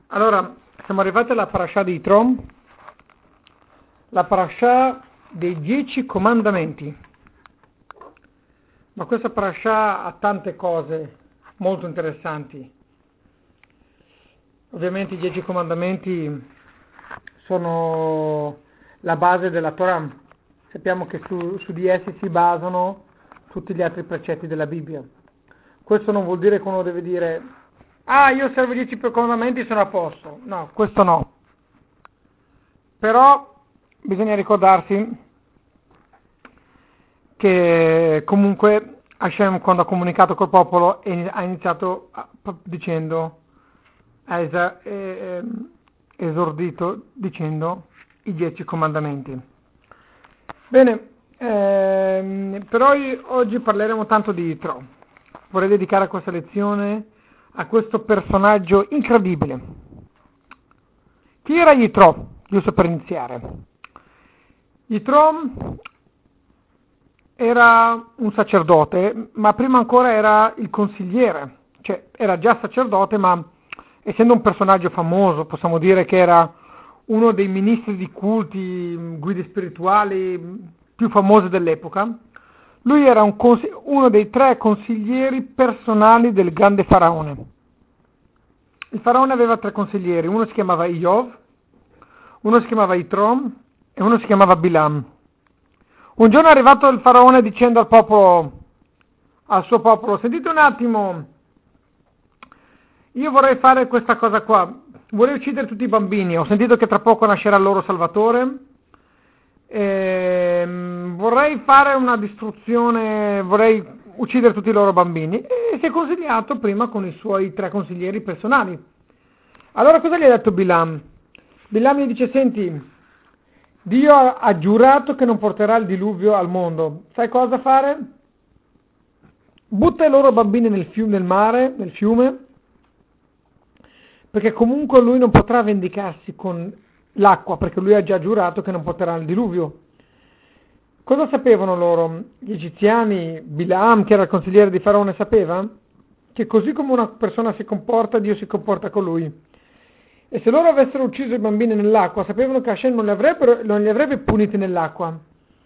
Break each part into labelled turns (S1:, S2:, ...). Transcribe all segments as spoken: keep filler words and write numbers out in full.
S1: Allora, siamo arrivati alla parasha di Yitro, la parasha dei dieci comandamenti. Ma questa parasha ha tante cose molto interessanti. Ovviamente i dieci comandamenti sono la base della Torah. Sappiamo che su, su di essi si basano tutti gli altri precetti della Bibbia. Questo non vuol dire che uno deve dire: ah, io servo i dieci comandamenti e sono a posto. No, questo no. Però bisogna ricordarsi che comunque Hashem, quando ha comunicato col popolo, ha iniziato a, dicendo, ha es- eh, esordito dicendo i dieci comandamenti. Bene, ehm, però io, oggi parleremo tanto di Yitro. Vorrei dedicare questa lezione a questo personaggio incredibile. Chi era Yitro? Giusto per iniziare. Yitro era un sacerdote, ma prima ancora era il consigliere, cioè era già sacerdote, ma essendo un personaggio famoso, possiamo dire che era uno dei ministri di culti, guide spirituali più famosi dell'epoca. Lui era un cons- uno dei tre consiglieri personali del grande faraone. Il faraone aveva tre consiglieri, uno si chiamava Iov, uno si chiamava Yitro e uno si chiamava Bilam. Un giorno è arrivato il faraone dicendo al popolo, al suo popolo: sentite un attimo, io vorrei fare questa cosa qua, vorrei uccidere tutti i bambini, ho sentito che tra poco nascerà il loro salvatore, e vorrei fare una distruzione, vorrei uccidere tutti i loro bambini. E si è consigliato prima con i suoi tre consiglieri personali. Allora cosa gli ha detto Bilam? Bilam gli dice: senti, Dio ha giurato che non porterà il diluvio al mondo. Sai cosa fare? Butta i loro bambini nel fiume, nel mare, nel fiume, perché comunque lui non potrà vendicarsi con l'acqua, perché lui ha già giurato che non porterà il diluvio. Cosa sapevano loro? Gli egiziani, Bilam, che era il consigliere di Faraone, sapeva che così come una persona si comporta, Dio si comporta con lui. E se loro avessero ucciso i bambini nell'acqua, sapevano che Hashem non li, avrebbero, non li avrebbe puniti nell'acqua.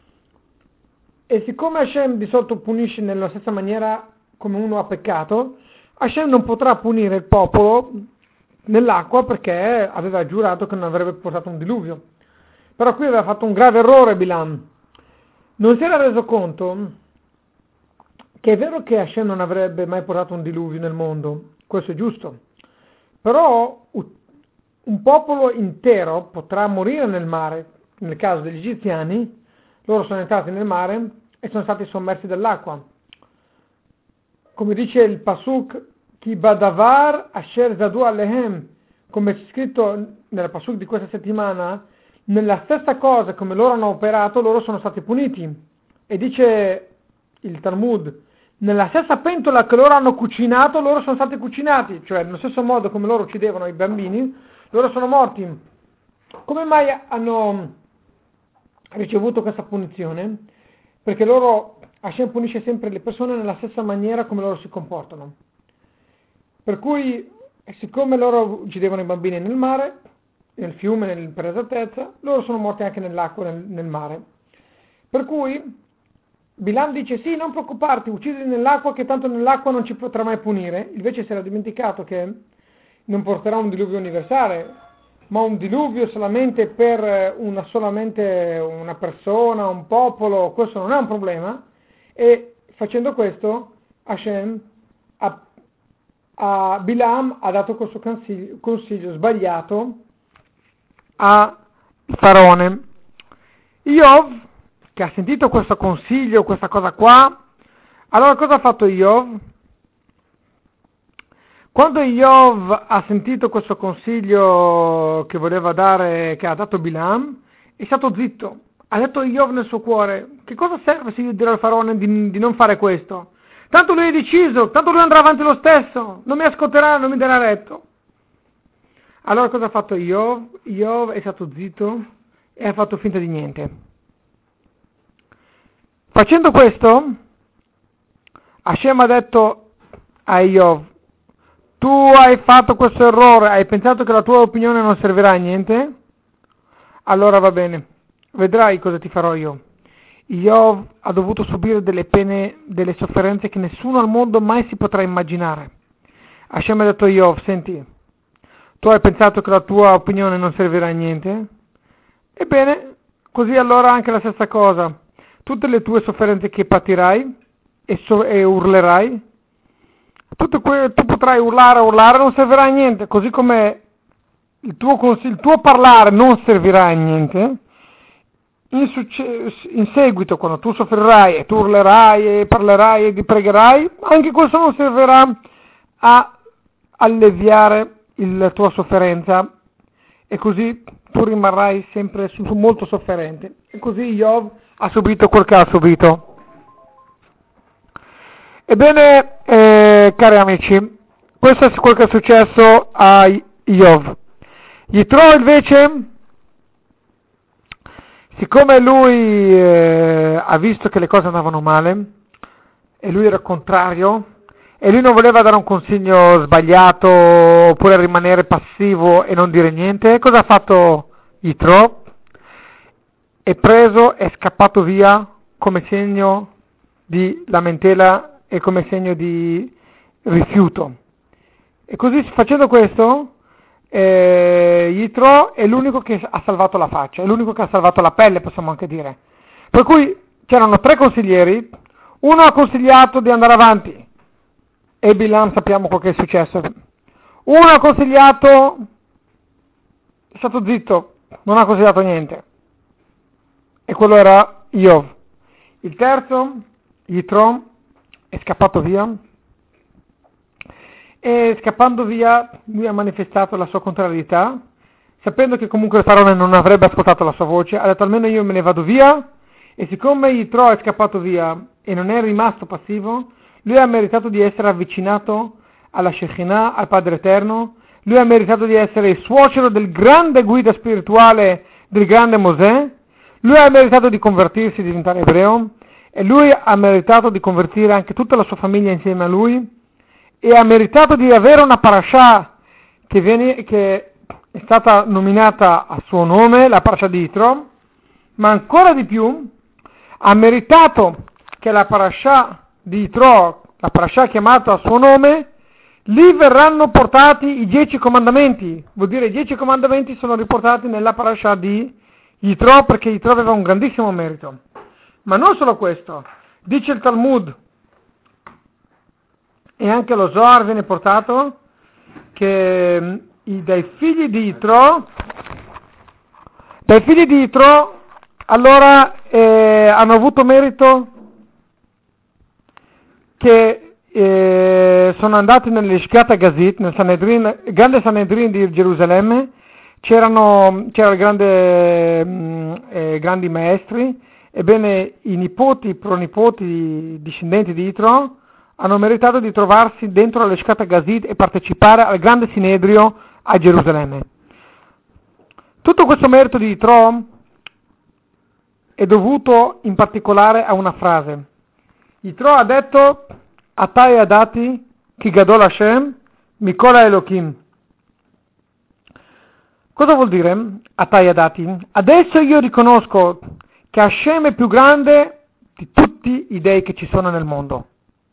S1: E siccome Hashem di solito punisce nella stessa maniera come uno ha peccato, Hashem non potrà punire il popolo nell'acqua perché aveva giurato che non avrebbe portato un diluvio. Però qui aveva fatto un grave errore Bilam. Non si era reso conto che è vero che Hashem non avrebbe mai portato un diluvio nel mondo, questo è giusto. Però un popolo intero potrà morire nel mare. Nel caso degli egiziani, loro sono entrati nel mare e sono stati sommersi dall'acqua. Come dice il Pasuk, Ki badavar asher zadu alehem, come c'è scritto nella Pasuk di questa settimana, nella stessa cosa come loro hanno operato, loro sono stati puniti. E dice il Talmud, nella stessa pentola che loro hanno cucinato, loro sono stati cucinati, cioè nello stesso modo come loro uccidevano i bambini, loro sono morti. Come mai hanno ricevuto questa punizione? Perché loro, Hashem punisce sempre le persone nella stessa maniera come loro si comportano. Per cui, siccome loro uccidevano i bambini nel mare, nel fiume, nel, per esattezza, loro sono morti anche nell'acqua, nel, nel mare. Per cui Bilam dice: sì, non preoccuparti, uccidili nell'acqua, che tanto nell'acqua non ci potrà mai punire. Invece si era dimenticato che non porterà un diluvio universale, ma un diluvio solamente per una, solamente una persona, un popolo. Questo non è un problema. E facendo questo Hashem a, a Bilam ha dato questo consiglio, consiglio sbagliato a Faraone. Iov, che ha sentito questo consiglio, questa cosa qua, allora cosa ha fatto Iov? Quando Iov ha sentito questo consiglio che voleva dare, che ha dato Bilam, è stato zitto. Ha detto Iov nel suo cuore: che cosa serve se io dirò al faraone di, di non fare questo? Tanto lui è deciso, tanto lui andrà avanti lo stesso, non mi ascolterà, non mi darà retto. Allora cosa ha fatto Iov? Iov è stato zitto e ha fatto finta di niente. Facendo questo, Hashem ha detto a Iov: tu hai fatto questo errore, hai pensato che la tua opinione non servirà a niente, allora va bene, vedrai cosa ti farò io. Iov ha dovuto subire delle pene, delle sofferenze che nessuno al mondo mai si potrà immaginare. Hashem ha detto a Iov, senti, tu hai pensato che la tua opinione non servirà a niente? Ebbene, così allora anche la stessa cosa. Tutte le tue sofferenze che patirai e, so- e urlerai, tutto que- tu potrai urlare, urlare, non servirà a niente, così come il tuo, cons- il tuo parlare non servirà a niente. In, succe- in seguito, quando tu soffrirai e tu urlerai e parlerai e ti pregherai, anche questo non servirà a alleviare la tua sofferenza e così tu rimarrai sempre su- su molto sofferente. E così Iov ha subito quel che ha subito. Ebbene, eh, cari amici, questo è quel che è successo a Iov. Yitro invece, siccome lui eh, ha visto che le cose andavano male e lui era contrario e lui non voleva dare un consiglio sbagliato oppure rimanere passivo e non dire niente, cosa ha fatto Yitro? È preso, è scappato via come segno di lamentela e come segno di rifiuto. E così facendo questo, eh, Yitro è l'unico che ha salvato la faccia, è l'unico che ha salvato la pelle, possiamo anche dire. Per cui c'erano tre consiglieri, uno ha consigliato di andare avanti, e Bilam sappiamo quel che è successo. Uno ha consigliato, è stato zitto, non ha consigliato niente, e quello era Iov. Il terzo, Yitro, è scappato via, e scappando via lui ha manifestato la sua contrarietà, sapendo che comunque il faraone non avrebbe ascoltato la sua voce, ha detto almeno io me ne vado via, e siccome Yitro è scappato via e non è rimasto passivo, lui ha meritato di essere avvicinato alla Shekinah, al Padre Eterno, lui ha meritato di essere il suocero del grande guida spirituale del grande Mosè, lui ha meritato di convertirsi e diventare ebreo, e lui ha meritato di convertire anche tutta la sua famiglia insieme a lui, e ha meritato di avere una parasha che, viene, che è stata nominata a suo nome, la parasha di Yitro, ma ancora di più ha meritato che la parasha di Yitro, la parasha chiamata a suo nome, lì verranno portati i dieci comandamenti. Vuol dire i dieci comandamenti sono riportati nella parasha di Yitro, perché Yitro aveva un grandissimo merito. Ma non solo questo, dice il Talmud, e anche lo Zohar viene portato, che i, dai figli di Yitro, dai figli di Yitro, allora eh, hanno avuto merito che eh, sono andati nell'Ishkat Gazit, nel Sanedrin, grande Sanedrin di Gerusalemme, c'erano c'era grande, mh, eh, grandi maestri. Ebbene, i nipoti, i pronipoti discendenti di Yitro hanno meritato di trovarsi dentro l'Ishkat Gazit e partecipare al grande Sinedrio a Gerusalemme. Tutto questo merito di Yitro è dovuto in particolare a una frase. Yitro ha detto Atai Adati Ki Gadol Hashem Mikol Elohim. Cosa vuol dire Atai Adati? Adesso io riconosco che Hashem è più grande di tutti i dei che ci sono nel mondo.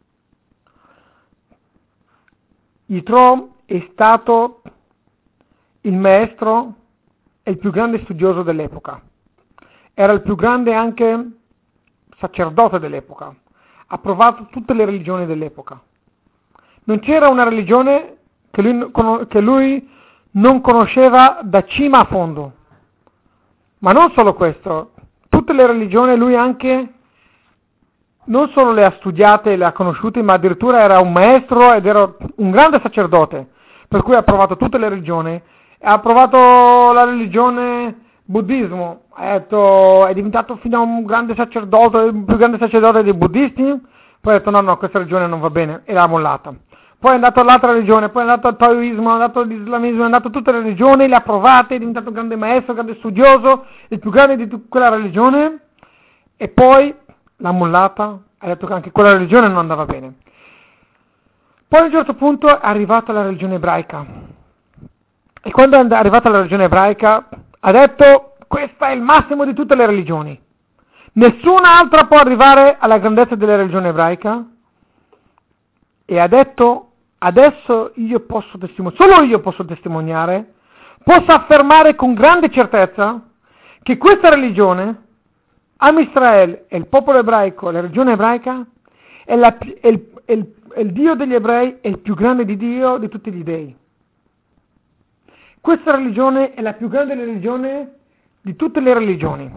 S1: Yitro è stato il maestro e il più grande studioso dell'epoca. Era il più grande anche sacerdote dell'epoca. Ha provato tutte le religioni dell'epoca. Non c'era una religione che lui, che lui non conosceva da cima a fondo. Ma non solo questo, tutte le religioni lui anche non solo le ha studiate e le ha conosciute, ma addirittura era un maestro ed era un grande sacerdote, per cui ha provato tutte le religioni. Ha provato la religione buddismo, ha detto, è diventato fino a un grande sacerdote, il più grande sacerdote dei buddisti, poi ha detto no, no, questa religione non va bene, e l'ha mollata. Poi è andato all'altra religione, poi è andato al taoismo, è andato all'islamismo, è andato a tutte le religioni, le ha provate, è diventato un grande maestro, un grande studioso, il più grande di tutta quella religione, e poi l'ha mollata, ha detto che anche quella religione non andava bene. Poi a un certo punto è arrivata la religione ebraica. E quando è arrivata la religione ebraica ha detto: questa è il massimo di tutte le religioni. Nessuna altra può arrivare alla grandezza della religione ebraica. E ha detto: adesso io posso testimoniare, solo io posso testimoniare, posso affermare con grande certezza che questa religione, Am Israel, e il popolo ebraico, la religione ebraica, è, la, è, il, è, il, è il Dio degli ebrei, è il più grande di Dio di tutti gli dei. Questa religione è la più grande religione di tutte le religioni.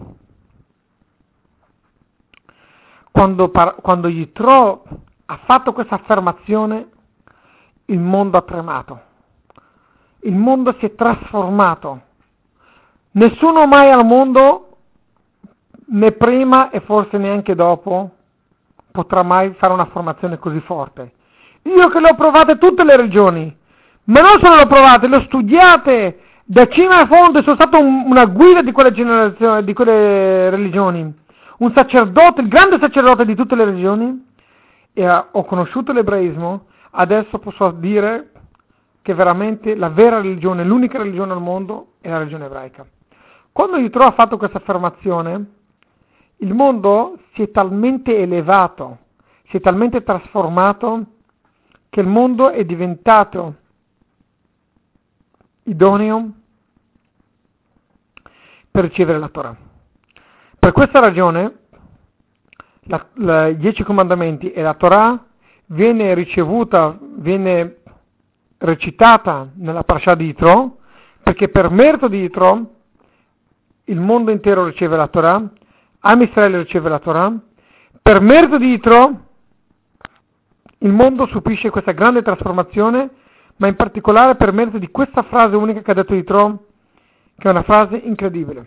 S1: Quando, par- quando Yitro ha fatto questa affermazione, il mondo ha tremato. Il mondo si è trasformato. Nessuno mai al mondo, né prima e forse neanche dopo, potrà mai fare un'affermazione così forte. Io che le ho provate tutte le religioni, ma non solo le ho provate, le ho studiate da cima a fondo, sono stato un, una guida di quelle generazioni, di quelle religioni, un sacerdote, il grande sacerdote di tutte le religioni, e ho conosciuto l'ebraismo. Adesso posso dire che veramente la vera religione, l'unica religione al mondo è la religione ebraica. Quando Yitro ha fatto questa affermazione, il mondo si è talmente elevato, si è talmente trasformato, che il mondo è diventato idoneo per ricevere la Torah. Per questa ragione la, la, i dieci comandamenti e la Torah viene ricevuta, viene recitata nella parasha di Yitro, perché per merito di Yitro il mondo intero riceve la Torah, Am Israele riceve la Torah, per merito di Yitro il mondo subisce questa grande trasformazione, ma in particolare per merito di questa frase unica che ha detto Yitro, che è una frase incredibile.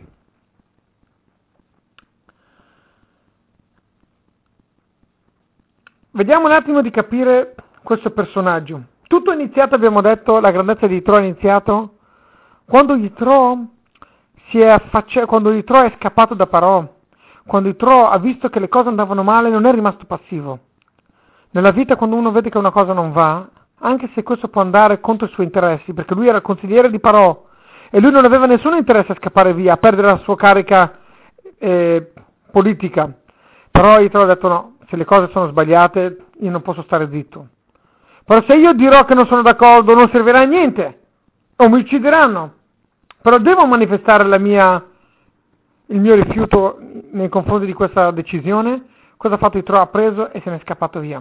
S1: Vediamo un attimo di capire questo personaggio. Tutto è iniziato, abbiamo detto, la grandezza di Yitro è iniziato quando Yitro si è affacciato, quando Yitro è scappato da Parò, quando Yitro ha visto che le cose andavano male, non è rimasto passivo. Nella vita, quando uno vede che una cosa non va, anche se questo può andare contro i suoi interessi, perché lui era il consigliere di Parò e lui non aveva nessun interesse a scappare via, a perdere la sua carica eh, politica, però Yitro ha detto: no, se le cose sono sbagliate io non posso stare zitto. Però se io dirò che non sono d'accordo non servirà a niente, o mi uccideranno, però devo manifestare la mia, il mio rifiuto nei confronti di questa decisione. Cosa ha fatto Yitro? Ha preso e se ne è scappato via.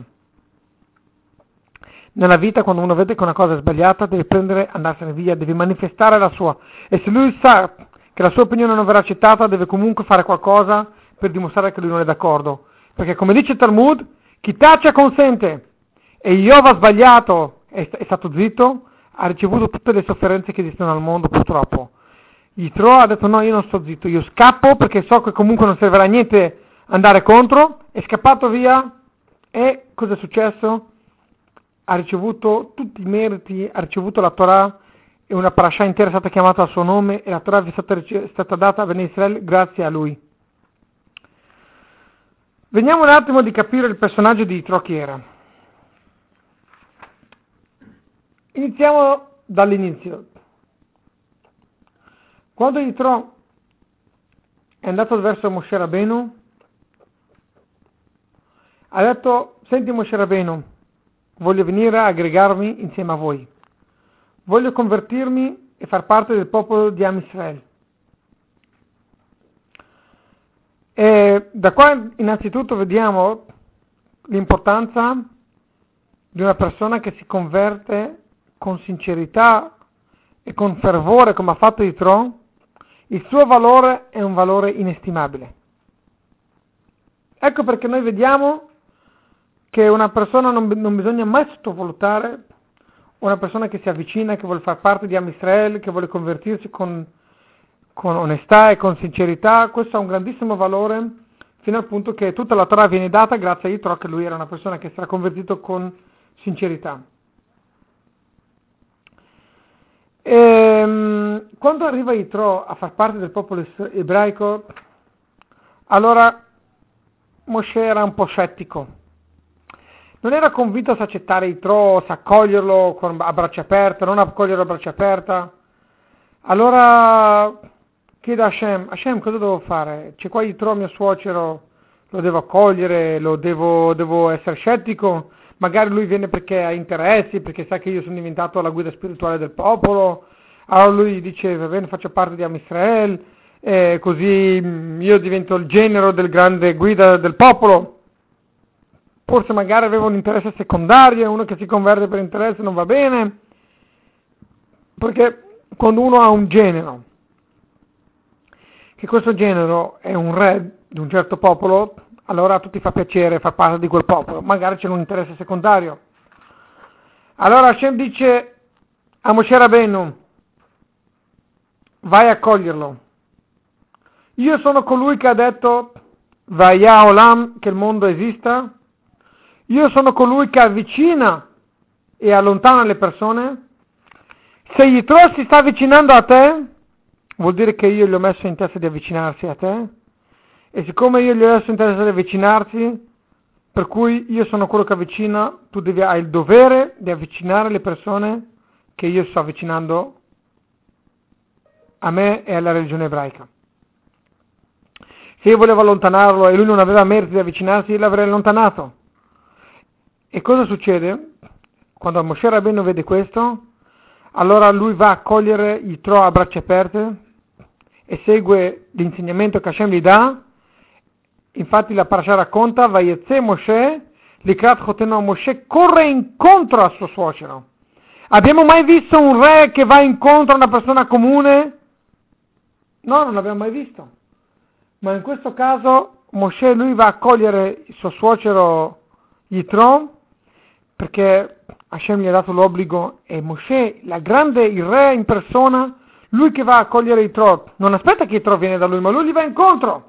S1: Nella vita, quando uno vede che una cosa è sbagliata, deve prendere, andarsene via, deve manifestare la sua, e se lui sa che la sua opinione non verrà accettata, deve comunque fare qualcosa per dimostrare che lui non è d'accordo, perché come dice il Talmud, chi tace consente, e Iov ha sbagliato e è stato zitto, ha ricevuto tutte le sofferenze che esistono al mondo, purtroppo. Yitro ha detto: no, io non sto zitto, io scappo perché so che comunque non servirà a niente andare contro, è scappato via. E cosa è successo? Ha ricevuto tutti i meriti, ha ricevuto la Torah, e una parasha intera è stata chiamata al suo nome, e la Torah è stata, è stata data a Bnei Israele grazie a lui. Veniamo un attimo di capire il personaggio di Yitro chi era. Iniziamo dall'inizio. Quando Yitro è andato verso Moshe Rabbeinu, ha detto: senti Moshe Rabbeinu, voglio venire a aggregarmi insieme a voi, voglio convertirmi e far parte del popolo di Am Israel. E da qua innanzitutto vediamo l'importanza di una persona che si converte con sincerità e con fervore, come ha fatto Yitro. Il suo valore è un valore inestimabile. Ecco perché noi vediamo che una persona non, non bisogna mai sottovalutare una persona che si avvicina, che vuole far parte di Am Israel, che vuole convertirsi con, con onestà e con sincerità. Questo ha un grandissimo valore, fino al punto che tutta la Torah viene data grazie a Yitro, che lui era una persona che si era convertito con sincerità. E, quando arriva Yitro a far parte del popolo ebraico, allora Moshe era un po' scettico, non era convinto se accettare Yitro, se accoglierlo con, a braccia aperte, non accoglierlo a braccia aperte. Allora chiede a Hashem, Hashem cosa devo fare? C'è qua Yitro, mio suocero, lo devo accogliere, lo devo, devo essere scettico? Magari lui viene perché ha interessi, perché sa che io sono diventato la guida spirituale del popolo. Allora lui dice, va bene, faccio parte di Am Israel, eh, così io divento il genero del grande guida del popolo. Forse magari aveva un interesse secondario, uno che si converte per interesse non va bene, perché quando uno ha un genero, che questo genero è un re di un certo popolo, allora a tutti fa piacere far parte di quel popolo, magari c'è un interesse secondario. Allora Hashem dice a Moshe Rabbeinu, vai a coglierlo. Io sono colui che ha detto, Vaya Olam, che il mondo esista. Io sono colui che avvicina e allontana le persone. Se Yitro si sta avvicinando a te, vuol dire che io gli ho messo in testa di avvicinarsi a te. E siccome io gli ho messo in testa di avvicinarsi, per cui io sono quello che avvicina, tu devi, hai il dovere di avvicinare le persone che io sto avvicinando a me e alla religione ebraica. Se io volevo allontanarlo e lui non aveva merito di avvicinarsi, io l'avrei allontanato. E cosa succede? Quando Moshe Rabbeinu vede questo, allora lui va a cogliere Yitro a braccia aperte e segue l'insegnamento che Hashem gli dà. Infatti la parasha racconta, Vayetze Moshe, Likrat Choteno, Moshe corre incontro al suo suocero. Abbiamo mai visto un re che va incontro a una persona comune? No, non l'abbiamo mai visto. Ma in questo caso Moshe lui va a cogliere il suo suocero Yitro, perché Hashem gli ha dato l'obbligo, e Moshe, la grande, il re in persona, lui che va a cogliere Yitro, non aspetta che Yitro viene da lui, ma lui gli va incontro.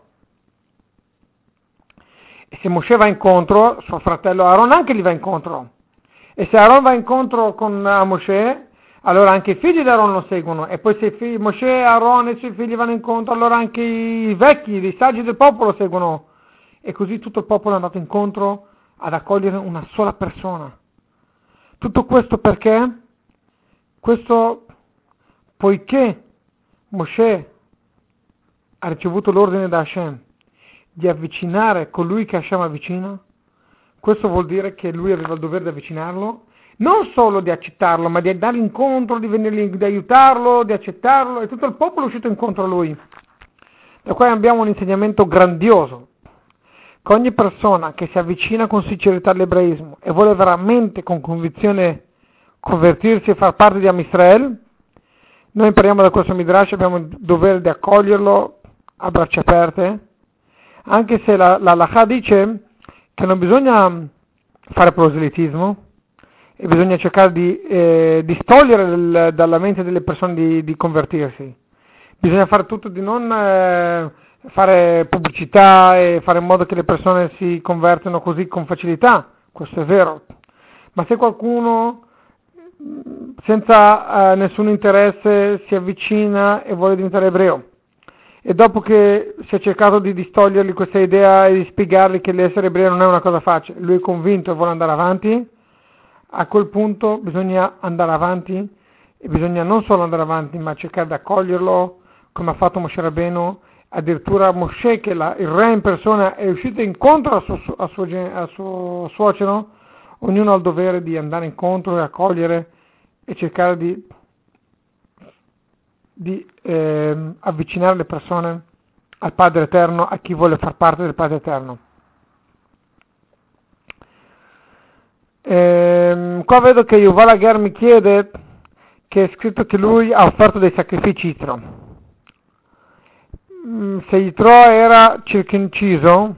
S1: E se Moshe va incontro, suo fratello Aaron anche gli va incontro. E se Aaron va incontro con uh, Moshe, allora anche i figli di Aaron lo seguono. E poi se figli, Moshe, Aaron e i suoi figli vanno incontro, allora anche i vecchi, i saggi del popolo lo seguono. E così tutto il popolo è andato incontro ad accogliere una sola persona. Tutto questo perché? Questo poiché Moshe ha ricevuto l'ordine da Hashem di avvicinare colui che Hashem avvicina, questo vuol dire che lui aveva il dovere di avvicinarlo, non solo di accettarlo, ma di dargli incontro, di venirgli, di aiutarlo, di accettarlo, e tutto il popolo è uscito incontro a lui. Da qua abbiamo un insegnamento grandioso, che ogni persona che si avvicina con sincerità all'ebraismo e vuole veramente con convinzione convertirsi e far parte di Am Israel, noi impariamo da questo Midrash, abbiamo il dovere di accoglierlo a braccia aperte, anche se la, la Halakha dice che non bisogna fare proselitismo e bisogna cercare di eh, distogliere del, dalla mente delle persone di, di convertirsi. Bisogna fare tutto di non eh, fare pubblicità e fare in modo che le persone si convertano così con facilità, questo è vero. Ma se qualcuno senza eh, nessun interesse si avvicina e vuole diventare ebreo, e dopo che si è cercato di distogliergli questa idea e di spiegargli che l'essere ebreo non è una cosa facile, lui è convinto e vuole andare avanti, a quel punto bisogna andare avanti, e bisogna non solo andare avanti, ma cercare di accoglierlo, come ha fatto Moshe Rabbeinu. Addirittura Moshe, che la, il re in persona, è uscito incontro al suo, al suo, al suo suocero. Ognuno ha il dovere di andare incontro e accogliere e cercare di di eh, avvicinare le persone al Padre Eterno, a chi vuole far parte del Padre Eterno. Ehm, qua vedo che Yuval Agar mi chiede che è scritto che lui ha offerto dei sacrifici Yitro. Mm, se Yitro era circonciso,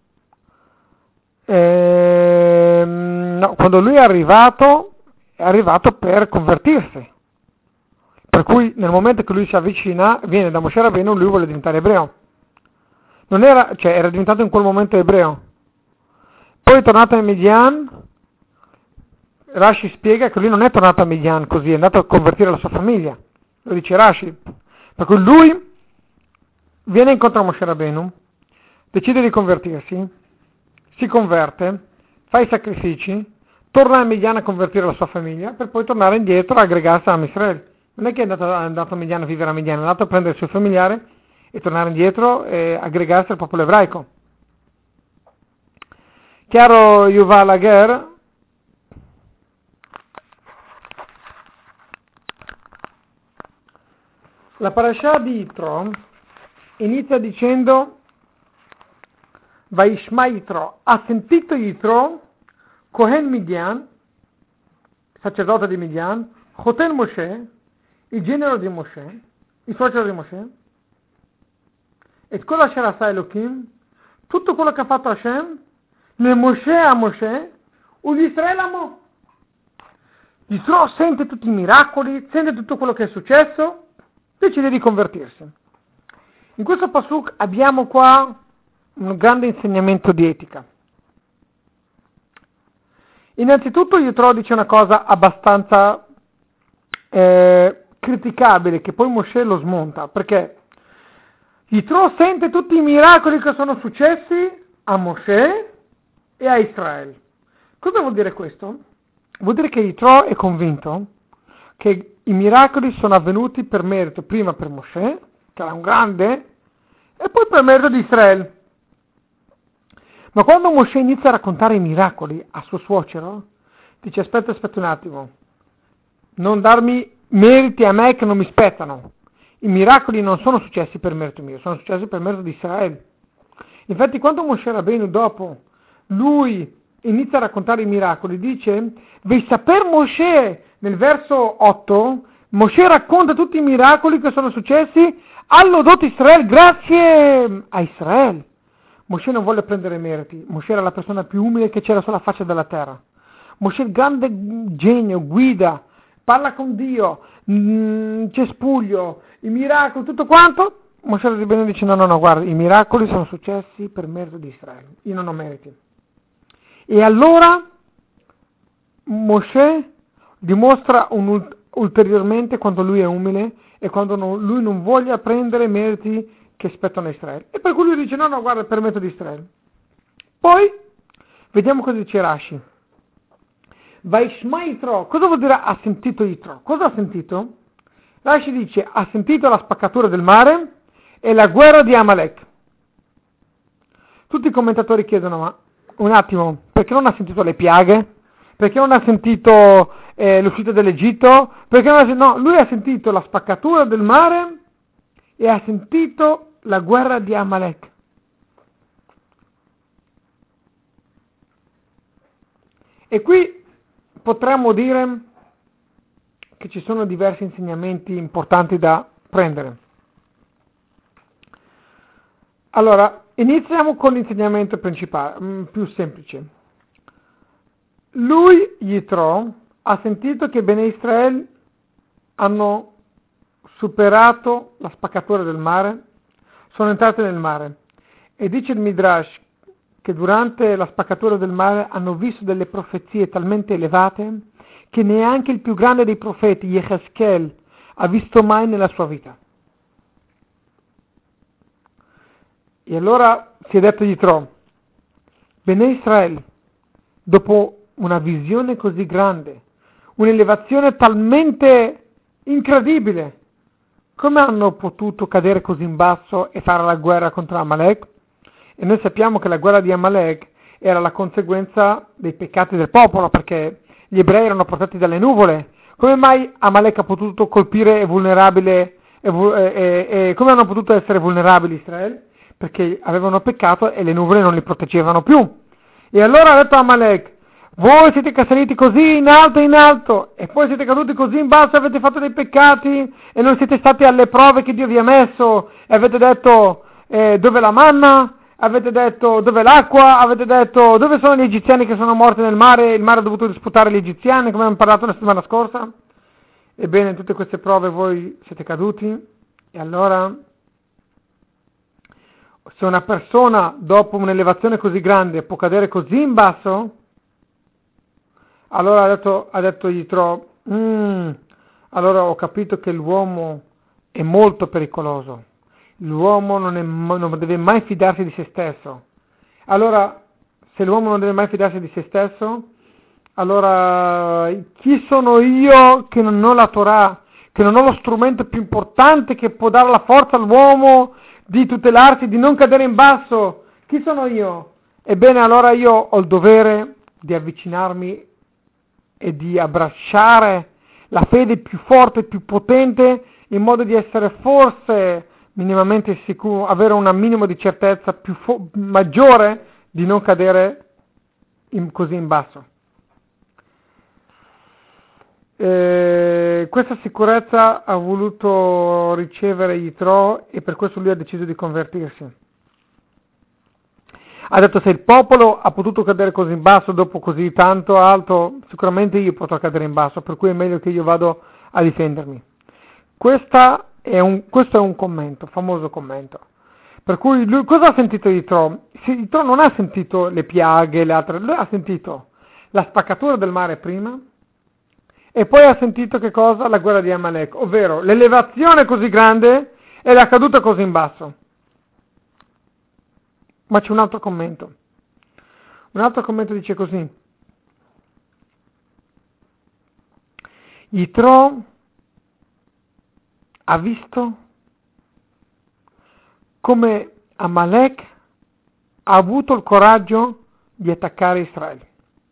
S1: ehm, no, quando lui è arrivato, è arrivato per convertirsi. Per cui nel momento che lui si avvicina, viene da Moshe Rabbeinu, lui vuole diventare ebreo. Non era, cioè era diventato in quel momento ebreo. Poi è tornato a Midian, Rashi spiega che lui non è tornato a Midian così, è andato a convertire la sua famiglia. Lo dice Rashi. Per cui lui viene incontro a Moshe Rabbeinu, decide di convertirsi, si converte, fa i sacrifici, torna a Midian a convertire la sua famiglia, per poi tornare indietro a aggregarsi a Israele. Non è che è andato, è andato a Midian a vivere a Midian, è andato a prendere il suo familiare e tornare indietro e aggregarsi al popolo ebraico. Chiaro Yuval Lager? La parasha di Yitro inizia dicendo Vaishma Yitro, ha sentito Yitro, Kohen Midian, sacerdote di Midian, Choten Moshe, il genero di Moshe, il suocero di Moshe, e Kol Asher Asa Elohim, tutto quello che ha fatto Hashem, le Moshe a Moshe, u Israele a Mo. Yitro sente tutti i miracoli, sente tutto quello che è successo, decide di convertirsi. In questo pasuk abbiamo qua un grande insegnamento di etica. Innanzitutto Yitro dice una cosa abbastanza eh, criticabile, che poi Moshe lo smonta, perché Yitro sente tutti i miracoli che sono successi a Moshe e a Israele. Cosa vuol dire questo? Vuol dire che Yitro è convinto che i miracoli sono avvenuti per merito prima per Moshe, che era un grande, e poi per merito di Israele. Ma quando Moshe inizia a raccontare i miracoli a suo suocero, dice aspetta, aspetta un attimo, non darmi meriti a me che non mi spettano. I miracoli non sono successi per merito mio, sono successi per merito di Israele. Infatti quando Moshe Rabbeinu dopo, lui inizia a raccontare i miracoli, dice, vi saper Moshe, nel verso otto, Moshe racconta tutti i miracoli che sono successi all'odotto Israele, grazie a Israele. Moshe non vuole prendere meriti, Moshe era la persona più umile che c'era sulla faccia della terra. Moshe il grande genio, guida, parla con Dio, mh, cespuglio, i miracoli, tutto quanto. Moshe Rabbeinu dice no, no, no, guarda, i miracoli sono successi per merito di Israele, io non ho meriti. E allora Moshe dimostra un, ulteriormente quando lui è umile e quando non, lui non voglia prendere meriti che spettano a Israele. E per cui lui dice no, no, guarda, per merito di Israele. Poi vediamo cosa dice Rashi. Vaishma Yitro, cosa vuol dire ha sentito Yitro? Cosa ha sentito? Rashi dice ha sentito la spaccatura del mare e la guerra di Amalek. Tutti i commentatori chiedono ma un attimo, perché non ha sentito le piaghe? Perché non ha sentito eh, l'uscita dell'Egitto? Perché non ha, no, lui ha sentito la spaccatura del mare e ha sentito la guerra di Amalek. E qui potremmo dire che ci sono diversi insegnamenti importanti da prendere. Allora, iniziamo con l'insegnamento principale, mh, più semplice. Lui, Yitro, ha sentito che Bene Israel hanno superato la spaccatura del mare, sono entrati nel mare. E dice il Midrash che durante la spaccatura del mare hanno visto delle profezie talmente elevate che neanche il più grande dei profeti, Yecheskel, ha visto mai nella sua vita. E allora si è detto Yitro, Bene Israel, dopo una visione così grande, un'elevazione talmente incredibile, come hanno potuto cadere così in basso e fare la guerra contro Amalek? E noi sappiamo che la guerra di Amalek era la conseguenza dei peccati del popolo, perché gli ebrei erano portati dalle nuvole. Come mai Amalek ha potuto colpire e vulnerabile, e, e, e come hanno potuto essere vulnerabili Israele? Perché avevano peccato e le nuvole non li proteggevano più. E allora ha detto Amalek, voi siete saliti così in alto in alto e poi siete caduti così in basso, avete fatto dei peccati e non siete stati alle prove che Dio vi ha messo e avete detto eh, dove è la manna, avete detto dove è l'acqua, avete detto dove sono gli egiziani che sono morti nel mare, il mare ha dovuto disputare gli egiziani come abbiamo parlato la settimana scorsa. Ebbene, in tutte queste prove voi siete caduti e allora se una persona dopo un'elevazione così grande può cadere così in basso, allora ha detto, ha detto Yitro, mm, allora ho capito che l'uomo è molto pericoloso, l'uomo non, è, non deve mai fidarsi di se stesso. Allora se l'uomo non deve mai fidarsi di se stesso, allora chi sono io che non ho la Torah, che non ho lo strumento più importante che può dare la forza all'uomo di tutelarsi, di non cadere in basso? Chi sono io? Ebbene, allora io ho il dovere di avvicinarmi e di abbracciare la fede più forte, più potente, in modo di essere forse minimamente sicuro, avere un minimo di certezza più fo- maggiore di non cadere in, così in basso. Eh, questa sicurezza ha voluto ricevere Yitro e per questo lui ha deciso di convertirsi. Ha detto: se il popolo ha potuto cadere così in basso dopo così tanto alto, sicuramente io potrò cadere in basso, per cui è meglio che io vado a difendermi. Questa è un, questo è un commento, famoso commento. Per cui lui cosa ha sentito Yitro? Yitro non ha sentito le piaghe, le altre, lui ha sentito la spaccatura del mare prima e poi ha sentito che cosa? La guerra di Amalek, ovvero l'elevazione così grande e la caduta così in basso. Ma c'è un altro commento. Un altro commento dice così: Yitro ha visto come Amalek ha avuto il coraggio di attaccare Israele.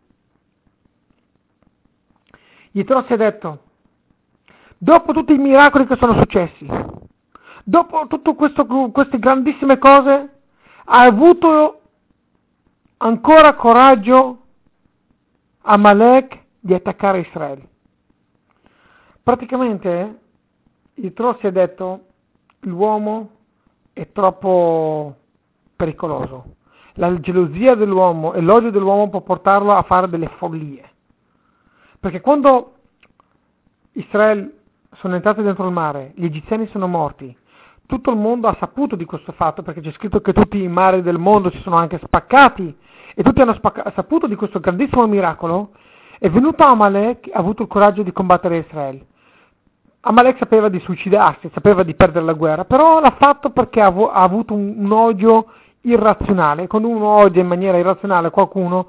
S1: Yitro si è detto: dopo tutti i miracoli che sono successi, dopo tutte queste grandissime cose, ha avuto ancora coraggio Amalek di attaccare Israele. Praticamente Yitro si è detto: l'uomo è troppo pericoloso, la gelosia dell'uomo e l'odio dell'uomo può portarlo a fare delle follie, perché quando Israele sono entrati dentro il mare, gli egiziani sono morti, tutto il mondo ha saputo di questo fatto, perché c'è scritto che tutti i mari del mondo si sono anche spaccati e tutti hanno spacca- saputo di questo grandissimo miracolo. È venuto Amalek e ha avuto il coraggio di combattere Israele. Amalek sapeva di suicidarsi, sapeva di perdere la guerra, però l'ha fatto perché ha, avu- ha avuto un, un odio irrazionale. Quando uno odia in maniera irrazionale qualcuno,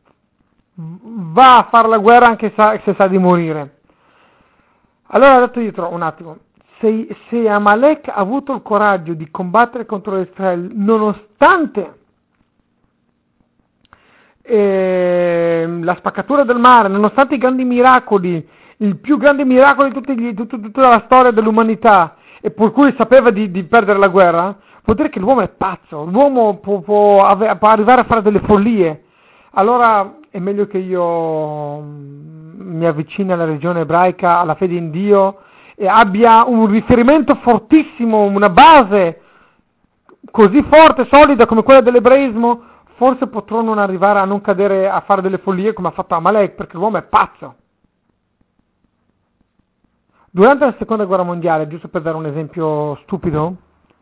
S1: va a fare la guerra anche sa- se sa di morire. Allora ha detto Yitro: un attimo, se, se Amalek ha avuto il coraggio di combattere contro Israele nonostante eh, la spaccatura del mare, nonostante i grandi miracoli, il più grande miracolo di tutti gli, tut, tutta la storia dell'umanità, e per cui sapeva di, di perdere la guerra, vuol dire che l'uomo è pazzo, l'uomo può, può, ave, può arrivare a fare delle follie. Allora è meglio che io mi avvicini alla religione ebraica, alla fede in Dio, e abbia un riferimento fortissimo, una base così forte, solida come quella dell'ebraismo. Forse potrò non arrivare a non cadere a fare delle follie come ha fatto Amalek, perché l'uomo è pazzo. Durante la seconda guerra mondiale, giusto per dare un esempio stupido,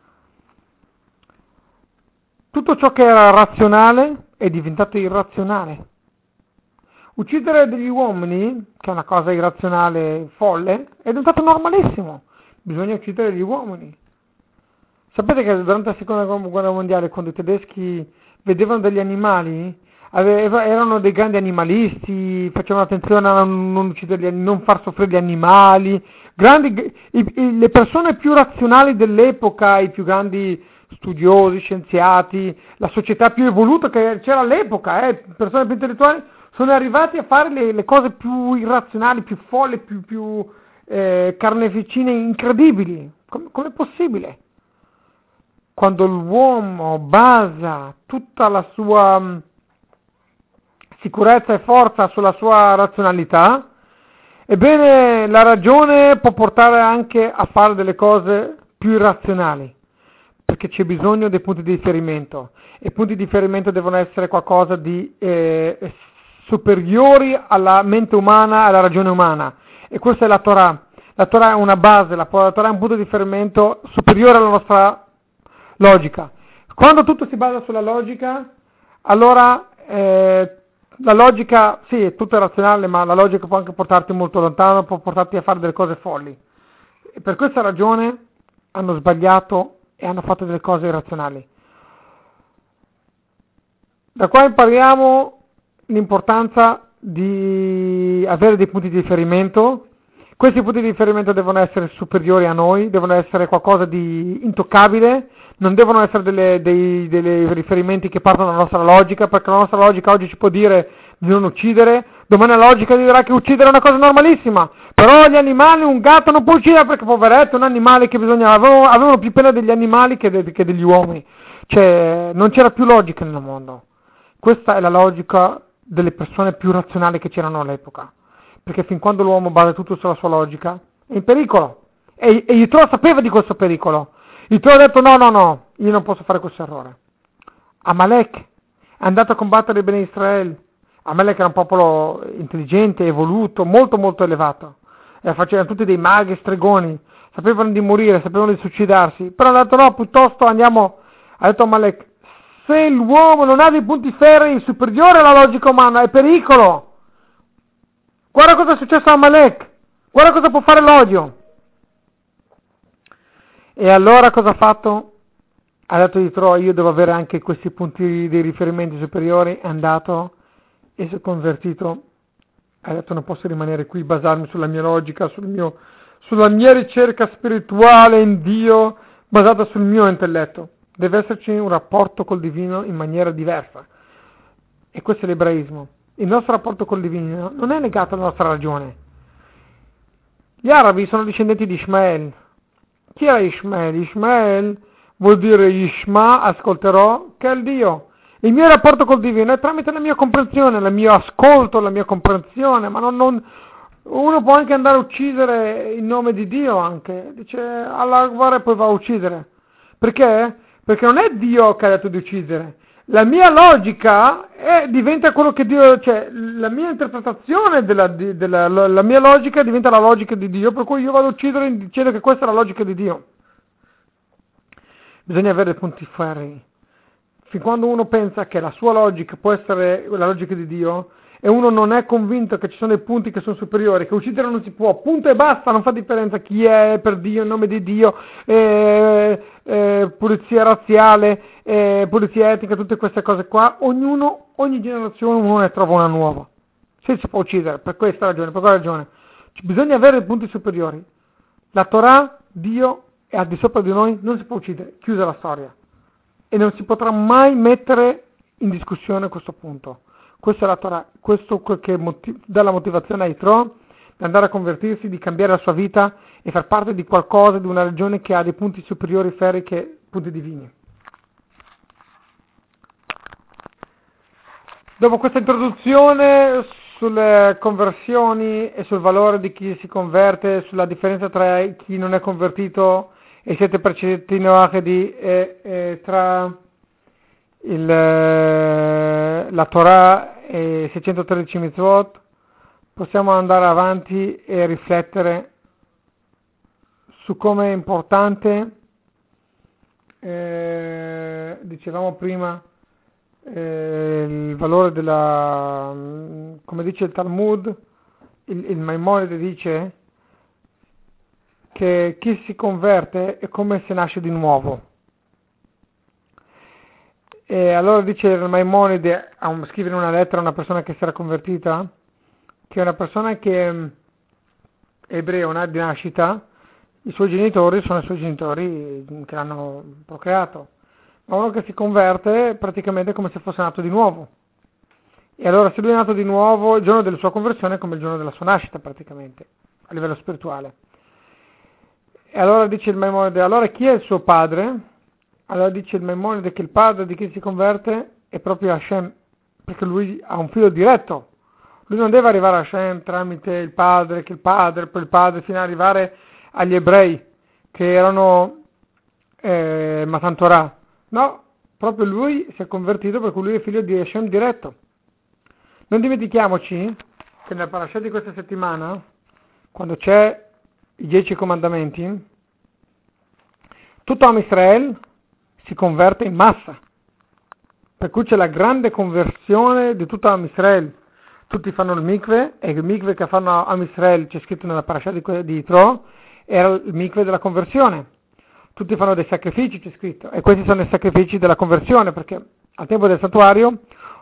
S1: tutto ciò che era razionale è diventato irrazionale. Uccidere degli uomini, che è una cosa irrazionale, folle, è diventato normalissimo. Bisogna uccidere gli uomini. Sapete che durante la seconda guerra mondiale, quando i tedeschi vedevano degli animali, aveva, erano dei grandi animalisti, facevano attenzione a non uccidere, non far soffrire gli animali, grandi, i, i, le persone più razionali dell'epoca, i più grandi studiosi, scienziati, la società più evoluta che c'era all'epoca, eh, persone più intellettuali, sono arrivati a fare le, le cose più irrazionali, più folli, più, più eh, carneficine incredibili. Com- com'è possibile? Quando l'uomo basa tutta la sua mh, sicurezza e forza sulla sua razionalità, ebbene la ragione può portare anche a fare delle cose più irrazionali, perché c'è bisogno dei punti di riferimento, e i punti di riferimento devono essere qualcosa di eh, superiori alla mente umana, alla ragione umana, e questa è la Torah. La Torah è una base, la Torah è un punto di riferimento superiore alla nostra logica. Quando tutto si basa sulla logica, allora eh, la logica, sì, è tutto razionale, ma la logica può anche portarti molto lontano, può portarti a fare delle cose folli. E per questa ragione hanno sbagliato e hanno fatto delle cose irrazionali. Da qua impariamo l'importanza di avere dei punti di riferimento. Questi punti di riferimento devono essere superiori a noi, devono essere qualcosa di intoccabile, non devono essere delle, dei, dei riferimenti che partono dalla nostra logica, perché la nostra logica oggi ci può dire di non uccidere, domani la logica dirà che uccidere è una cosa normalissima, però gli animali, un gatto non può uccidere perché poveretto è un animale che bisogna, avevano, avevano più pena degli animali che, de, che degli uomini, cioè non c'era più logica nel mondo. Questa è la logica delle persone più razionali che c'erano all'epoca, perché fin quando l'uomo basa tutto sulla sua logica è in pericolo, e, e Yitro sapeva di questo pericolo. Yitro ha detto no no no, io non posso fare questo errore. Amalek è andato a combattere il Bene Israele. Amalek era un popolo intelligente, evoluto, molto molto elevato, e facevano tutti dei maghi, stregoni, sapevano di morire, sapevano di suicidarsi, però ha detto no, piuttosto andiamo, ha detto Amalek, se l'uomo non ha dei punti ferri superiori alla logica umana è pericolo. Guarda cosa è successo a Amalek, guarda cosa può fare l'odio. E allora cosa ha fatto? Ha detto di Yitro, io devo avere anche questi punti di riferimenti superiori, è andato e si è convertito, ha detto non posso rimanere qui, basarmi sulla mia logica, sul mio, sulla mia ricerca spirituale in Dio, basata sul mio intelletto. Deve esserci un rapporto col divino in maniera diversa. E questo è l'ebraismo. Il nostro rapporto col divino non è legato alla nostra ragione. Gli arabi sono discendenti di Ishmael. Chi era Ishmael? Ishmael vuol dire Ishma, ascolterò, che è il Dio. Il mio rapporto col divino è tramite la mia comprensione, il mio ascolto, la mia comprensione, ma non, non, uno può anche andare a uccidere in nome di Dio anche, dice Allah Akbar e poi va a uccidere. Perché? Perché non è Dio che ha detto di uccidere. La mia logica è, diventa quello che Dio, cioè la mia interpretazione della, della la, la mia logica diventa la logica di Dio, per cui io vado a uccidere dicendo che questa è la logica di Dio. Bisogna avere punti ferri. Fin quando uno pensa che la sua logica può essere la logica di Dio e uno non è convinto che ci sono dei punti che sono superiori, che uccidere non si può, punto e basta, non fa differenza chi è per Dio, in nome di Dio, eh, eh, pulizia razziale, eh, pulizia etnica, tutte queste cose qua, ognuno, ogni generazione uno ne trova una nuova. Se si può uccidere, per questa ragione, per quella ragione. Bisogna avere punti superiori. La Torah, Dio è al di sopra di noi, non si può uccidere, chiusa la storia. E non si potrà mai mettere in discussione questo punto. Questa è la Torah, questo che motiv- dà la motivazione a Yitro di andare a convertirsi, di cambiare la sua vita e far parte di qualcosa, di una religione che ha dei punti superiori ferri che punti divini. Dopo questa introduzione sulle conversioni e sul valore di chi si converte, sulla differenza tra chi non è convertito e i sette precetti Noachidi e, e tra il, la Torah e i seicentotredici mitzvot, possiamo andare avanti e riflettere su come è importante, eh, dicevamo prima, eh, il valore della, come dice il Talmud, il, il Maimonide dice che chi si converte è come se nasce di nuovo. E allora dice il Maimonide, a un, scrivere una lettera a una persona che si era convertita, che è una persona che è ebrea di nascita, i suoi genitori sono i suoi genitori che l'hanno procreato, ma uno che si converte praticamente è come se fosse nato di nuovo. E allora se lui è nato di nuovo, il giorno della sua conversione è come il giorno della sua nascita praticamente, a livello spirituale. E allora dice il Maimonide, allora chi è il suo padre? Allora dice il Maimonide che il padre di chi si converte è proprio Hashem, perché lui ha un filo diretto. Lui non deve arrivare a Hashem tramite il padre, che il padre, poi il padre, fino ad arrivare agli ebrei, che erano eh, Matan Torah. No, proprio lui si è convertito perché lui è figlio di Hashem diretto. Non dimentichiamoci che nel parasha di questa settimana, quando c'è i dieci comandamenti, tutto Am Israel si converte in massa, per cui c'è la grande conversione di tutto Am Israel. Tutti fanno il mikve, e il mikve che fanno Am Israel, c'è scritto nella parasha di, di Yitro, era il mikve della conversione. Tutti fanno dei sacrifici, c'è scritto, e questi sono i sacrifici della conversione, perché al tempo del santuario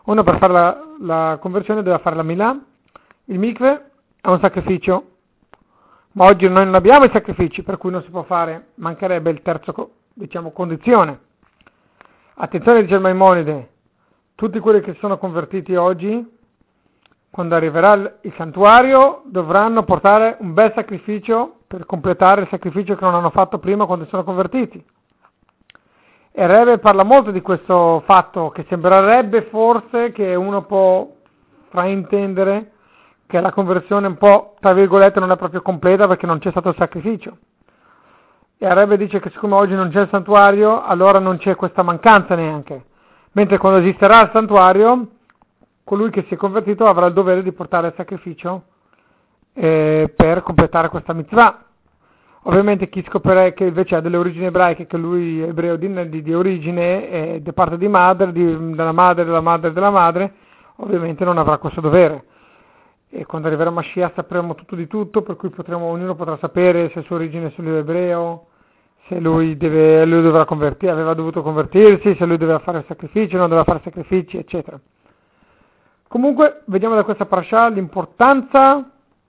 S1: Uno per fare la, la conversione doveva fare la Milà, il mikve è un sacrificio, ma oggi noi non abbiamo i sacrifici, per cui non si può fare, mancherebbe il terzo, diciamo, condizione. Attenzione, dice il Maimonide, tutti quelli che sono convertiti oggi, quando arriverà il santuario, dovranno portare un bel sacrificio per completare il sacrificio che non hanno fatto prima quando sono convertiti. E Rebbe parla molto di questo fatto, che sembrerebbe forse che uno può fraintendere che la conversione un po', tra virgolette, non è proprio completa perché non c'è stato il sacrificio. E Rebbe dice che siccome oggi non c'è il santuario, allora non c'è questa mancanza neanche. Mentre quando esisterà il santuario, colui che si è convertito avrà il dovere di portare il sacrificio eh, per completare questa mitzvah. Ovviamente chi scoprirà che invece ha delle origini ebraiche, che lui è ebreo di, di, di origine, eh, da parte di madre, di, della madre, della madre, della madre, ovviamente non avrà questo dovere. E quando arriverà Mashiach sapremo tutto di tutto, per cui potremo, ognuno potrà sapere se sua origine è solo ebreo, se lui, deve, lui dovrà convertire, aveva dovuto convertirsi, se lui doveva fare il sacrificio, non doveva fare sacrifici, eccetera. Comunque, vediamo da questa parasha l'importanza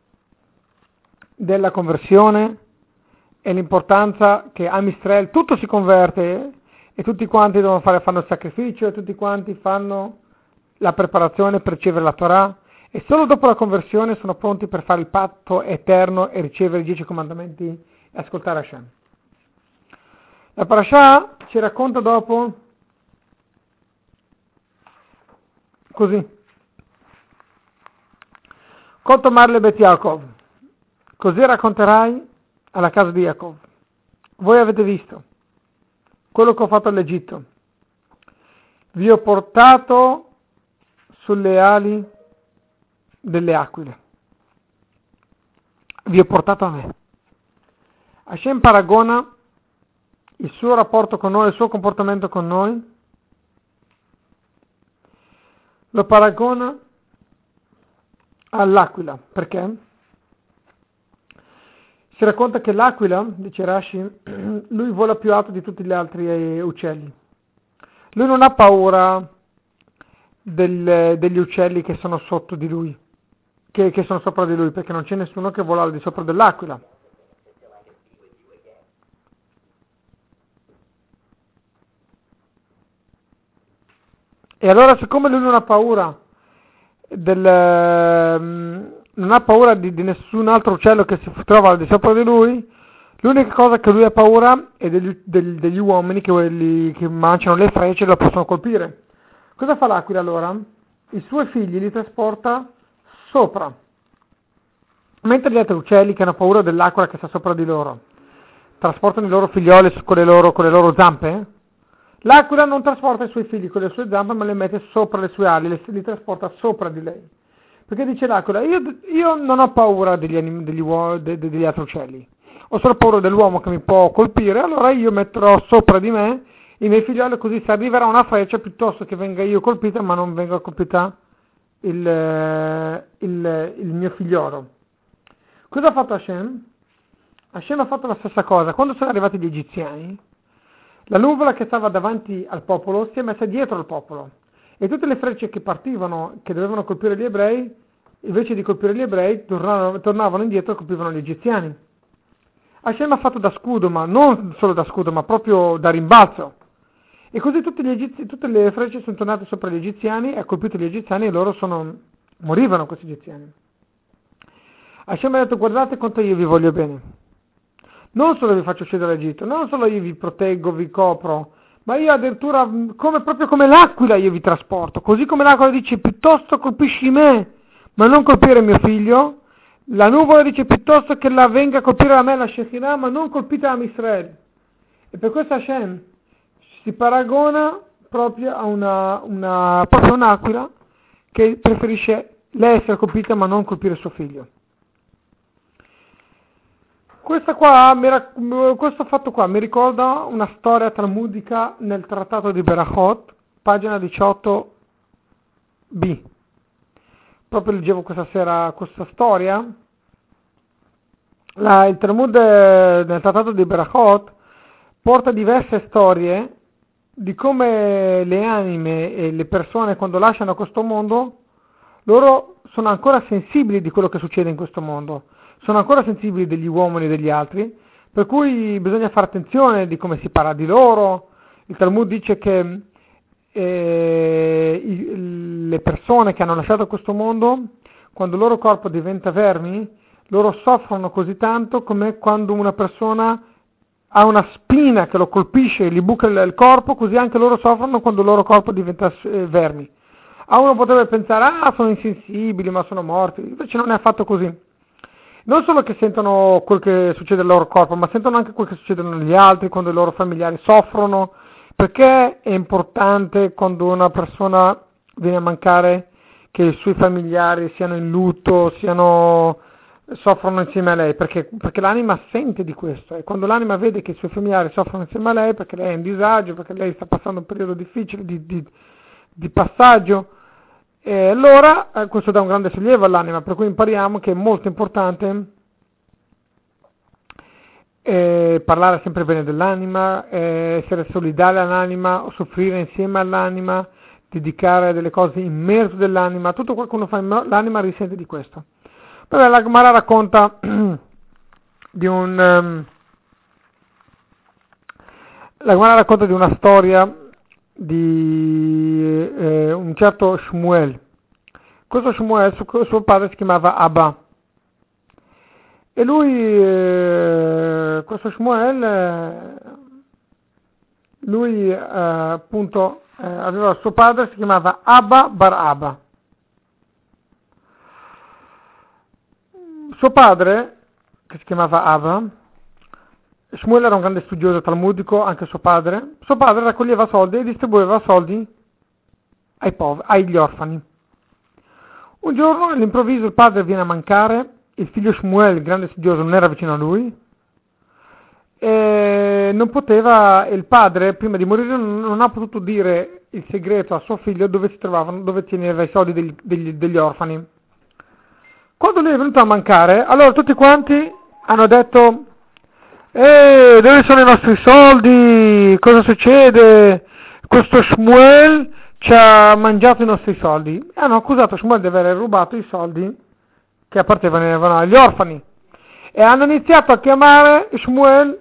S1: della conversione e l'importanza che Am Israel tutto si converte e tutti quanti devono fare, fanno il sacrificio e tutti quanti fanno la preparazione per ricevere la Torah e solo dopo la conversione sono pronti per fare il patto eterno e ricevere i dieci comandamenti e ascoltare Hashem. La parasha ci racconta dopo così: Kotomar le Bet Yaakov, così racconterai alla casa di Yaakov: voi avete visto quello che ho fatto all'Egitto, vi ho portato sulle ali delle aquile, vi ho portato a me. Hashem paragona il suo rapporto con noi, il suo comportamento con noi, lo paragona all'aquila. Perché? Si racconta che l'aquila, dice Rashi, lui vola più alto di tutti gli altri uccelli. Lui non ha paura del, degli uccelli che sono sotto di lui, che, che sono sopra di lui, perché non c'è nessuno che vola al di sopra dell'aquila. E allora, siccome lui non ha paura del, non ha paura di, di nessun altro uccello che si trova al di sopra di lui, l'unica cosa che lui ha paura è degli, degli, degli uomini che, quelli, che mangiano le frecce e lo possono colpire. Cosa fa l'aquila allora? I suoi figli li trasporta sopra, mentre gli altri uccelli che hanno paura dell'aquila che sta sopra di loro trasportano i loro figlioli con le loro, con le loro zampe. L'aquila non trasporta i suoi figli con le sue zampe, ma le mette sopra le sue ali, li trasporta sopra di lei. Perché dice l'aquila: io, io non ho paura degli, anim, degli, uo, de, de, degli altri uccelli, ho solo paura dell'uomo che mi può colpire, allora io metterò sopra di me i miei figlioli, così se arriverà una freccia, piuttosto che venga io colpita, ma non venga colpita il, il, il mio figliolo. Cosa ha fatto Hashem? Hashem ha fatto la stessa cosa. Quando sono arrivati gli egiziani, la nuvola che stava davanti al popolo si è messa dietro al popolo e tutte le frecce che partivano, che dovevano colpire gli ebrei, invece di colpire gli ebrei, tornavano, tornavano indietro e colpivano gli egiziani. Hashem ha fatto da scudo, ma non solo da scudo, ma proprio da rimbalzo. E così tutti gli egizi, tutte le frecce sono tornate sopra gli egiziani e ha colpito gli egiziani e loro sono, morivano questi egiziani. Hashem ha detto: guardate quanto io vi voglio bene. Non solo vi faccio uscire dall'Egitto, non solo io vi proteggo, vi copro, ma io addirittura, come, proprio come l'aquila, io vi trasporto. Così come l'aquila dice: piuttosto colpisci me, ma non colpire mio figlio, la nuvola dice: piuttosto che la venga a colpire a me la Shekinah, ma non colpite a Israele. E per questo Hashem si paragona proprio a una, una, proprio un'aquila che preferisce lei essere colpita, ma non colpire suo figlio. Questa qua, questo fatto qua mi ricorda una storia talmudica nel trattato di Berachot, pagina diciotto b. Proprio leggevo questa sera questa storia. La, il Talmud nel trattato di Berachot porta diverse storie di come le anime e le persone quando lasciano questo mondo, loro sono ancora sensibili di quello che succede in questo mondo, sono ancora sensibili degli uomini e degli altri, per cui bisogna fare attenzione di come si parla di loro. Il Talmud dice che eh, i- le persone che hanno lasciato questo mondo, quando il loro corpo diventa vermi, loro soffrono così tanto come quando una persona ha una spina che lo colpisce e gli buca il il corpo, così anche loro soffrono quando il loro corpo diventa eh, vermi. A uno potrebbe pensare, ah, sono insensibili, ma sono morti, invece non è affatto così. Non solo che sentono quel che succede al loro corpo, ma sentono anche quel che succede agli altri, quando i loro familiari soffrono, perché è importante quando una persona viene a mancare che i suoi familiari siano in lutto, siano soffrono insieme a lei, perché, perché l'anima sente di questo, e quando l'anima vede che i suoi familiari soffrono insieme a lei, perché lei è in disagio, perché lei sta passando un periodo difficile di, di, di passaggio, e allora eh, questo dà un grande sollievo all'anima, per cui impariamo che è molto importante eh, parlare sempre bene dell'anima, eh, essere solidale all'anima, soffrire insieme all'anima, dedicare delle cose immerse dell'anima, tutto quello che uno fa, l'anima risente di questo. Vabbè, la Gemara racconta di un um, la Gemara racconta di una storia di eh, un certo Shmuel. Questo Shmuel, suo, suo padre si chiamava Abba, e lui, eh, questo Shmuel, eh, lui eh, appunto eh, aveva suo padre, si chiamava Abba Bar Abba. Suo padre, che si chiamava Abba, Shmuel era un grande studioso talmudico, anche suo padre. Suo padre raccoglieva soldi e distribuiva soldi ai poveri, agli orfani. Un giorno, all'improvviso, il padre viene a mancare, il figlio Shmuel, il grande studioso, non era vicino a lui, e non poteva, il padre, prima di morire, non, non ha potuto dire il segreto a suo figlio dove si trovavano, dove teneva i soldi degli, degli, degli orfani. Quando lui è venuto a mancare, allora tutti quanti hanno detto: ehi, dove sono i nostri soldi? Cosa succede? Questo Shmuel ci ha mangiato i nostri soldi. E hanno accusato Shmuel di aver rubato i soldi che appartenevano agli orfani. E hanno iniziato a chiamare Shmuel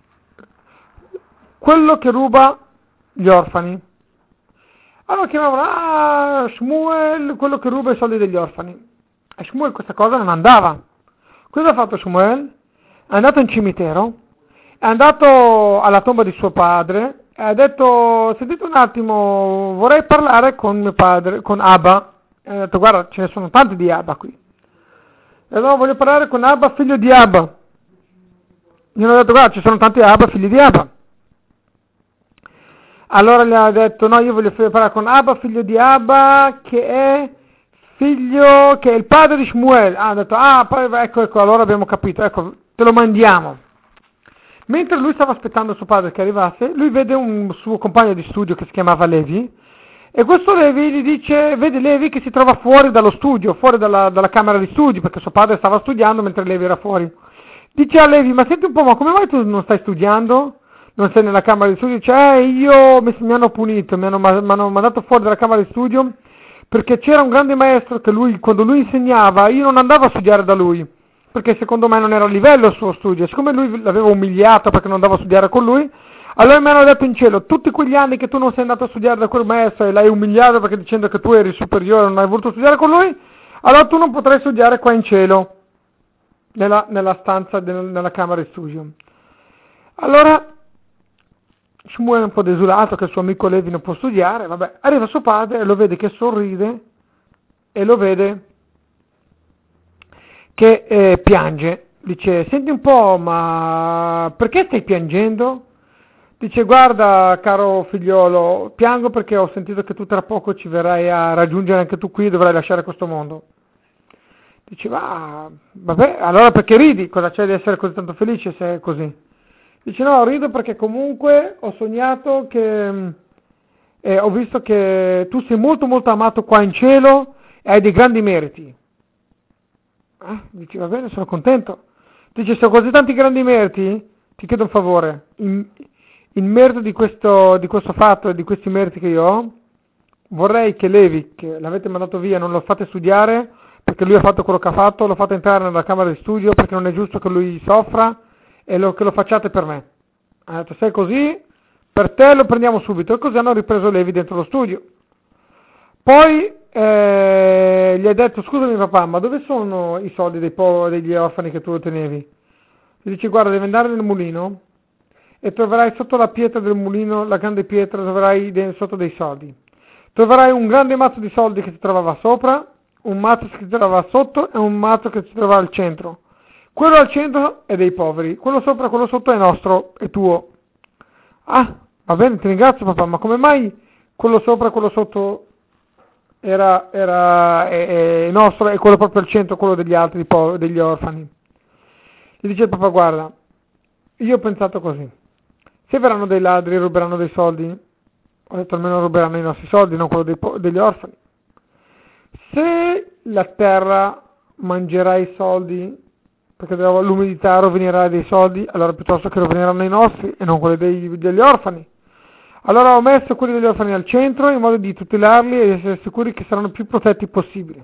S1: quello che ruba gli orfani. Allora chiamavano, ah, Shmuel, quello che ruba i soldi degli orfani. E Shmuel questa cosa non andava. Cosa ha fatto Shmuel? È andato in cimitero, è andato alla tomba di suo padre e ha detto: sentite un attimo, vorrei parlare con mio padre, con Abba. E ha detto: guarda, ce ne sono tanti di Abba qui. E allora voglio parlare con Abba, figlio di Abba. Gli hanno detto: guarda, ci sono tanti Abba, figli di Abba. Allora gli ha detto: no, io voglio parlare con Abba, figlio di Abba, che è figlio, che è il padre di Shmuel. Ah, ha detto: ah, poi, ecco, ecco, allora abbiamo capito, ecco, te lo mandiamo. Mentre lui stava aspettando suo padre che arrivasse, lui vede un suo compagno di studio che si chiamava Levi, e questo Levi gli dice, vede Levi che si trova fuori dallo studio, fuori dalla, dalla camera di studio, perché suo padre stava studiando mentre Levi era fuori. Dice a Levi: ma senti un po', ma come mai tu non stai studiando? Non sei nella camera di studio? Dice: eh, io mi, mi hanno punito, mi hanno, mi hanno mandato fuori dalla camera di studio perché c'era un grande maestro che lui, quando lui insegnava, io non andavo a studiare da lui, perché secondo me non era a livello il suo studio. Siccome lui l'aveva umiliato perché non andavo a studiare con lui, allora mi hanno detto in cielo: tutti quegli anni che tu non sei andato a studiare da quel maestro e l'hai umiliato perché dicendo che tu eri superiore e non hai voluto studiare con lui, allora tu non potrai studiare qua in cielo, nella, nella stanza, nella camera di studio. Allora Shmuel è un po' desolato che il suo amico Levi non può studiare, vabbè, arriva suo padre e lo vede che sorride e lo vede che eh, piange. Dice: senti un po', ma perché stai piangendo? Dice: guarda, caro figliolo, piango perché ho sentito che tu tra poco ci verrai a raggiungere anche tu qui e dovrai lasciare questo mondo. Dice: ma vabbè, allora perché ridi? Cosa c'è di essere così tanto felice se è così? Dice: no, rido perché comunque ho sognato che eh, ho visto che tu sei molto molto amato qua in cielo e hai dei grandi meriti. Ah, dice: va bene, sono contento. Dice: se ho così tanti grandi meriti, ti chiedo un favore, in, in merito di questo, di questo fatto e di questi meriti che io ho, vorrei che Levi, che l'avete mandato via, non lo fate studiare, perché lui ha fatto quello che ha fatto, lo fate entrare nella camera di studio, perché non è giusto che lui soffra, e lo, che lo facciate per me. Ha detto, se è così, per te lo prendiamo subito, e così hanno ripreso Levi dentro lo studio. Poi eh, gli ha detto, scusami papà, ma dove sono i soldi dei po- degli orfani che tu tenevi? Gli dice, guarda, devi andare nel mulino, e troverai sotto la pietra del mulino, la grande pietra, troverai de- sotto dei soldi. Troverai un grande mazzo di soldi che si trovava sopra, un mazzo che si trovava sotto e un mazzo che si trovava al centro. Quello al centro è dei poveri, quello sopra e quello sotto è nostro, è tuo. Ah, va bene, ti ringrazio papà, ma come mai quello sopra e quello sotto era, era è, è nostro e quello proprio al centro, quello degli altri, po- degli orfani? Gli dice il papà, guarda, io ho pensato così, se verranno dei ladri e ruberanno dei soldi, ho detto almeno ruberanno i nostri soldi, non quello dei po- degli orfani. Se la terra mangerà i soldi, perché l'umidità rovinerà dei soldi, allora piuttosto che rovineranno i nostri e non quelli dei- degli orfani. Allora ho messo quelli degli orfani al centro in modo di tutelarli e essere sicuri che saranno più protetti possibili.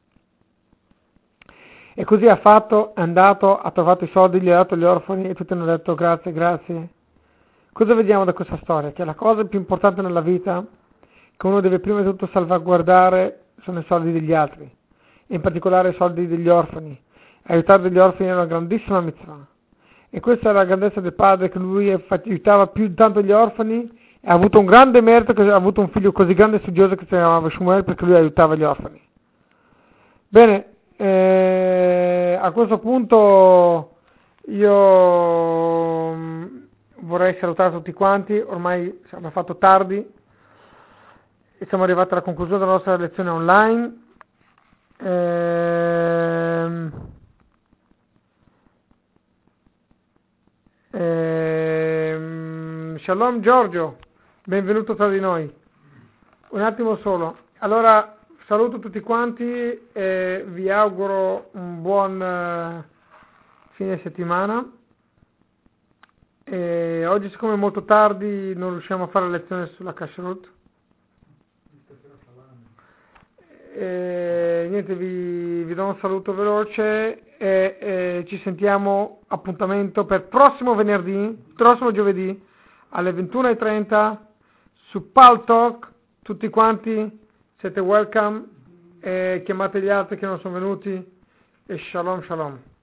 S1: E così ha fatto, è andato, ha trovato i soldi, li ha dato agli orfani e tutti hanno detto grazie, grazie. Cosa vediamo da questa storia? Che la cosa più importante nella vita, che uno deve prima di tutto salvaguardare, sono i soldi degli altri, in particolare i soldi degli orfani. Aiutare degli orfani è una grandissima mitzvah. E questa è la grandezza del padre, che lui aiutava più tanto gli orfani e ha avuto un grande merito, che ha avuto un figlio così grande e studioso che si chiamava Shmuel, perché lui aiutava gli orfani. Bene, eh, a questo punto io mm, vorrei salutare tutti quanti, ormai abbiamo fatto tardi e siamo arrivati alla conclusione della nostra lezione online. Ehm, ehm, Shalom Giorgio, benvenuto tra di noi. Un attimo solo. Allora, saluto tutti quanti e vi auguro un buon eh, fine settimana. E oggi, siccome è molto tardi, non riusciamo a fare lezione sulla Kashrut. E niente, vi, vi do un saluto veloce e, e ci sentiamo appuntamento per prossimo venerdì, prossimo giovedì alle ventuno e trenta su Paltalk. Tutti quanti siete welcome e chiamate gli altri che non sono venuti e shalom shalom.